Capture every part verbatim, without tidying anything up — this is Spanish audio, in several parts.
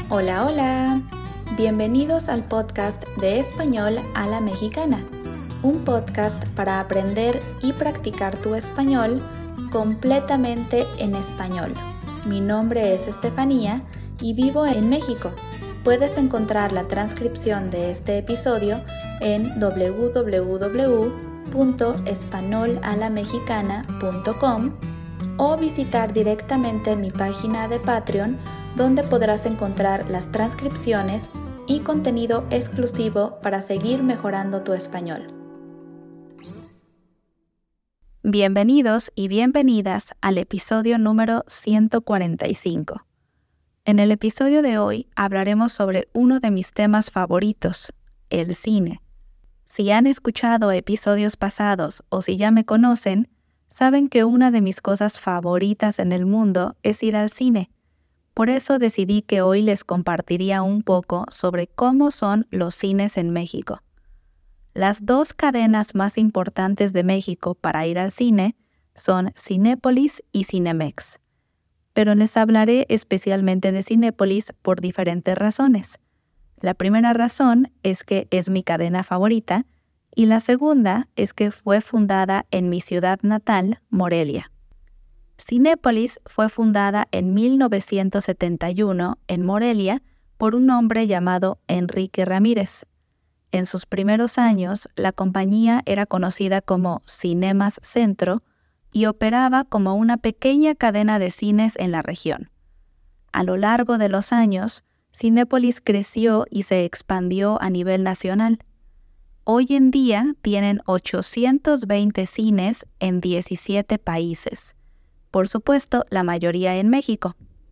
Hola, hola. Bienvenidos al podcast de Español a la Mexicana, un podcast para aprender y practicar tu español completamente en español. Mi nombre es Estefanía y vivo en México. Puedes encontrar la transcripción de este episodio en doble u doble u doble u punto español a la mexicana punto com o visitar directamente mi página de Patreon, donde podrás encontrar las transcripciones y contenido exclusivo para seguir mejorando tu español. Bienvenidos y bienvenidas al episodio número ciento cuarenta y cinco. En el episodio de hoy hablaremos sobre uno de mis temas favoritos, el cine. Si han escuchado episodios pasados o si ya me conocen, saben que una de mis cosas favoritas en el mundo es ir al cine. Por eso decidí que hoy les compartiría un poco sobre cómo son los cines en México. Las dos cadenas más importantes de México para ir al cine son Cinépolis y Cinemex. Pero les hablaré especialmente de Cinépolis por diferentes razones. La primera razón es que es mi cadena favorita y la segunda es que fue fundada en mi ciudad natal, Morelia. Cinépolis fue fundada en mil novecientos setenta y uno en Morelia por un hombre llamado Enrique Ramírez. En sus primeros años, la compañía era conocida como Cinemas Centro y operaba como una pequeña cadena de cines en la región. A lo largo de los años, Cinépolis creció y se expandió a nivel nacional. Hoy en día tienen ochocientos veinte cines en diecisiete países. Por supuesto, la mayoría en México.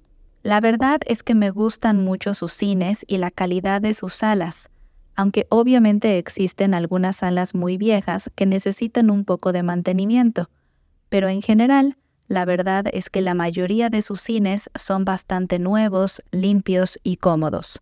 La verdad es que me gustan mucho sus cines y la calidad de sus salas, aunque obviamente existen algunas salas muy viejas que necesitan un poco de mantenimiento. Pero en general, la verdad es que la mayoría de sus cines son bastante nuevos, limpios y cómodos.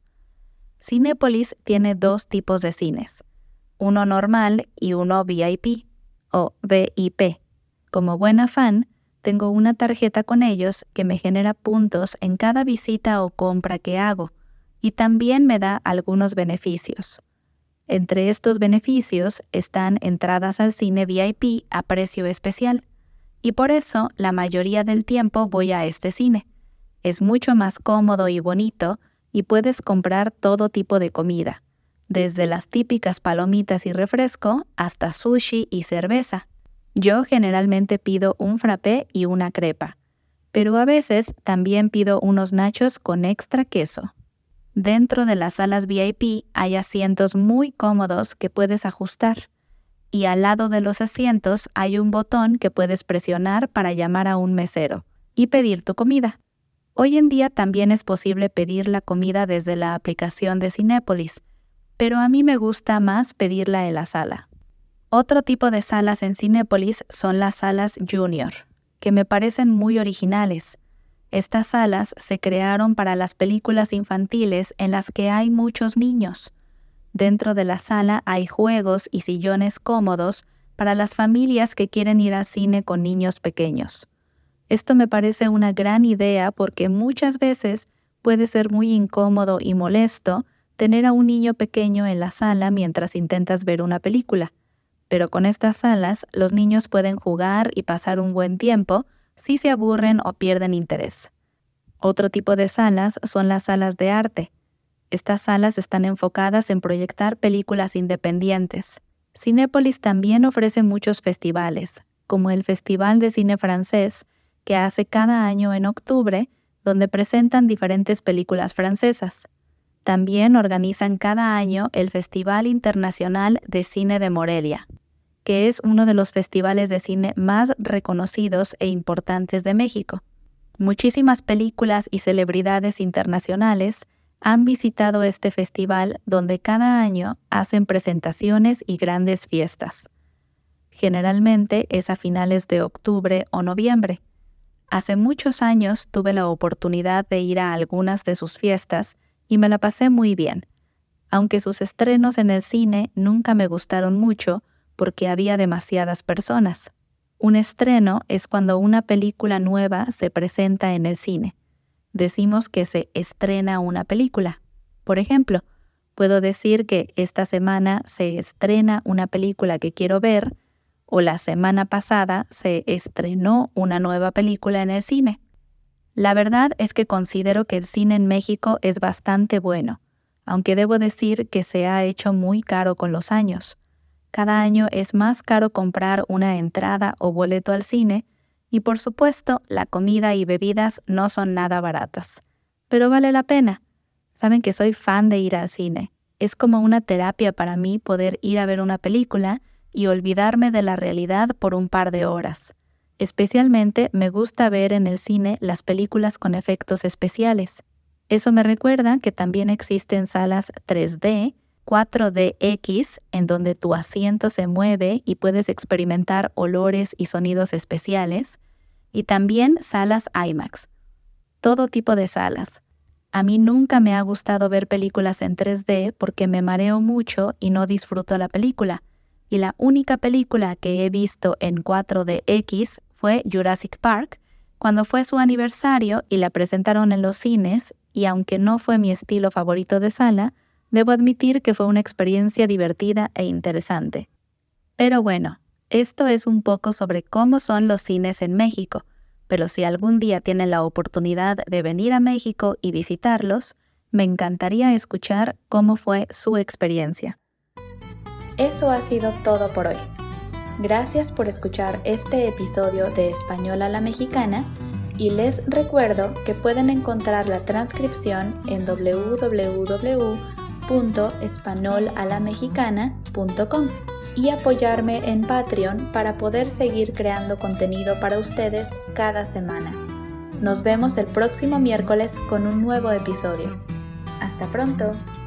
Cinépolis tiene dos tipos de cines, uno normal y uno V I P, o V I P. Como buena fan, tengo una tarjeta con ellos que me genera puntos en cada visita o compra que hago y también me da algunos beneficios. Entre estos beneficios están entradas al cine V I P a precio especial y por eso la mayoría del tiempo voy a este cine. Es mucho más cómodo y bonito y puedes comprar todo tipo de comida, desde las típicas palomitas y refresco hasta sushi y cerveza. Yo generalmente pido un frappé y una crepa, pero a veces también pido unos nachos con extra queso. Dentro de las salas V I P hay asientos muy cómodos que puedes ajustar, y al lado de los asientos hay un botón que puedes presionar para llamar a un mesero y pedir tu comida. Hoy en día también es posible pedir la comida desde la aplicación de Cinépolis, pero a mí me gusta más pedirla en la sala. Otro tipo de salas en Cinépolis son las salas Junior, que me parecen muy originales. Estas salas se crearon para las películas infantiles en las que hay muchos niños. Dentro de la sala hay juegos y sillones cómodos para las familias que quieren ir al cine con niños pequeños. Esto me parece una gran idea porque muchas veces puede ser muy incómodo y molesto tener a un niño pequeño en la sala mientras intentas ver una película. Pero con estas salas, los niños pueden jugar y pasar un buen tiempo si se aburren o pierden interés. Otro tipo de salas son las salas de arte. Estas salas están enfocadas en proyectar películas independientes. Cinépolis también ofrece muchos festivales, como el Festival de Cine Francés, que hace cada año en octubre, donde presentan diferentes películas francesas. También organizan cada año el Festival Internacional de Cine de Morelia, que es uno de los festivales de cine más reconocidos e importantes de México. Muchísimas películas y celebridades internacionales han visitado este festival donde cada año hacen presentaciones y grandes fiestas. Generalmente es a finales de octubre o noviembre. Hace muchos años tuve la oportunidad de ir a algunas de sus fiestas y me la pasé muy bien, aunque sus estrenos en el cine nunca me gustaron mucho porque había demasiadas personas. Un estreno es cuando una película nueva se presenta en el cine. decimos que se estrena una película. Por ejemplo, puedo decir que esta semana se estrena una película que quiero ver, o la semana pasada se estrenó una nueva película en el cine. La verdad es que considero que el cine en México es bastante bueno, aunque debo decir que se ha hecho muy caro con los años. Cada año es más caro comprar una entrada o boleto al cine y, por supuesto, la comida y bebidas no son nada baratas. Pero vale la pena. Saben que soy fan de ir al cine. Es como una terapia para mí poder ir a ver una película y olvidarme de la realidad por un par de horas. Especialmente me gusta ver en el cine las películas con efectos especiales. Eso me recuerda que también existen salas tres D, cuatro D X, en donde tu asiento se mueve y puedes experimentar olores y sonidos especiales, y también salas IMAX. Todo tipo de salas. A mí nunca me ha gustado ver películas en tres D porque me mareo mucho y no disfruto la película, y la única película que he visto en cuatro D X fue Jurassic Park, cuando fue su aniversario y la presentaron en los cines, y aunque no fue mi estilo favorito de sala, debo admitir que fue una experiencia divertida e interesante. Pero bueno, esto es un poco sobre cómo son los cines en México, pero si algún día tienen la oportunidad de venir a México y visitarlos, me encantaría escuchar cómo fue su experiencia. Eso ha sido todo por hoy. Gracias por escuchar este episodio de Español a la Mexicana y les recuerdo que pueden encontrar la transcripción en doble u doble u doble u punto español a la mexicana punto com y apoyarme en Patreon para poder seguir creando contenido para ustedes cada semana. Nos vemos el próximo miércoles con un nuevo episodio. Hasta pronto.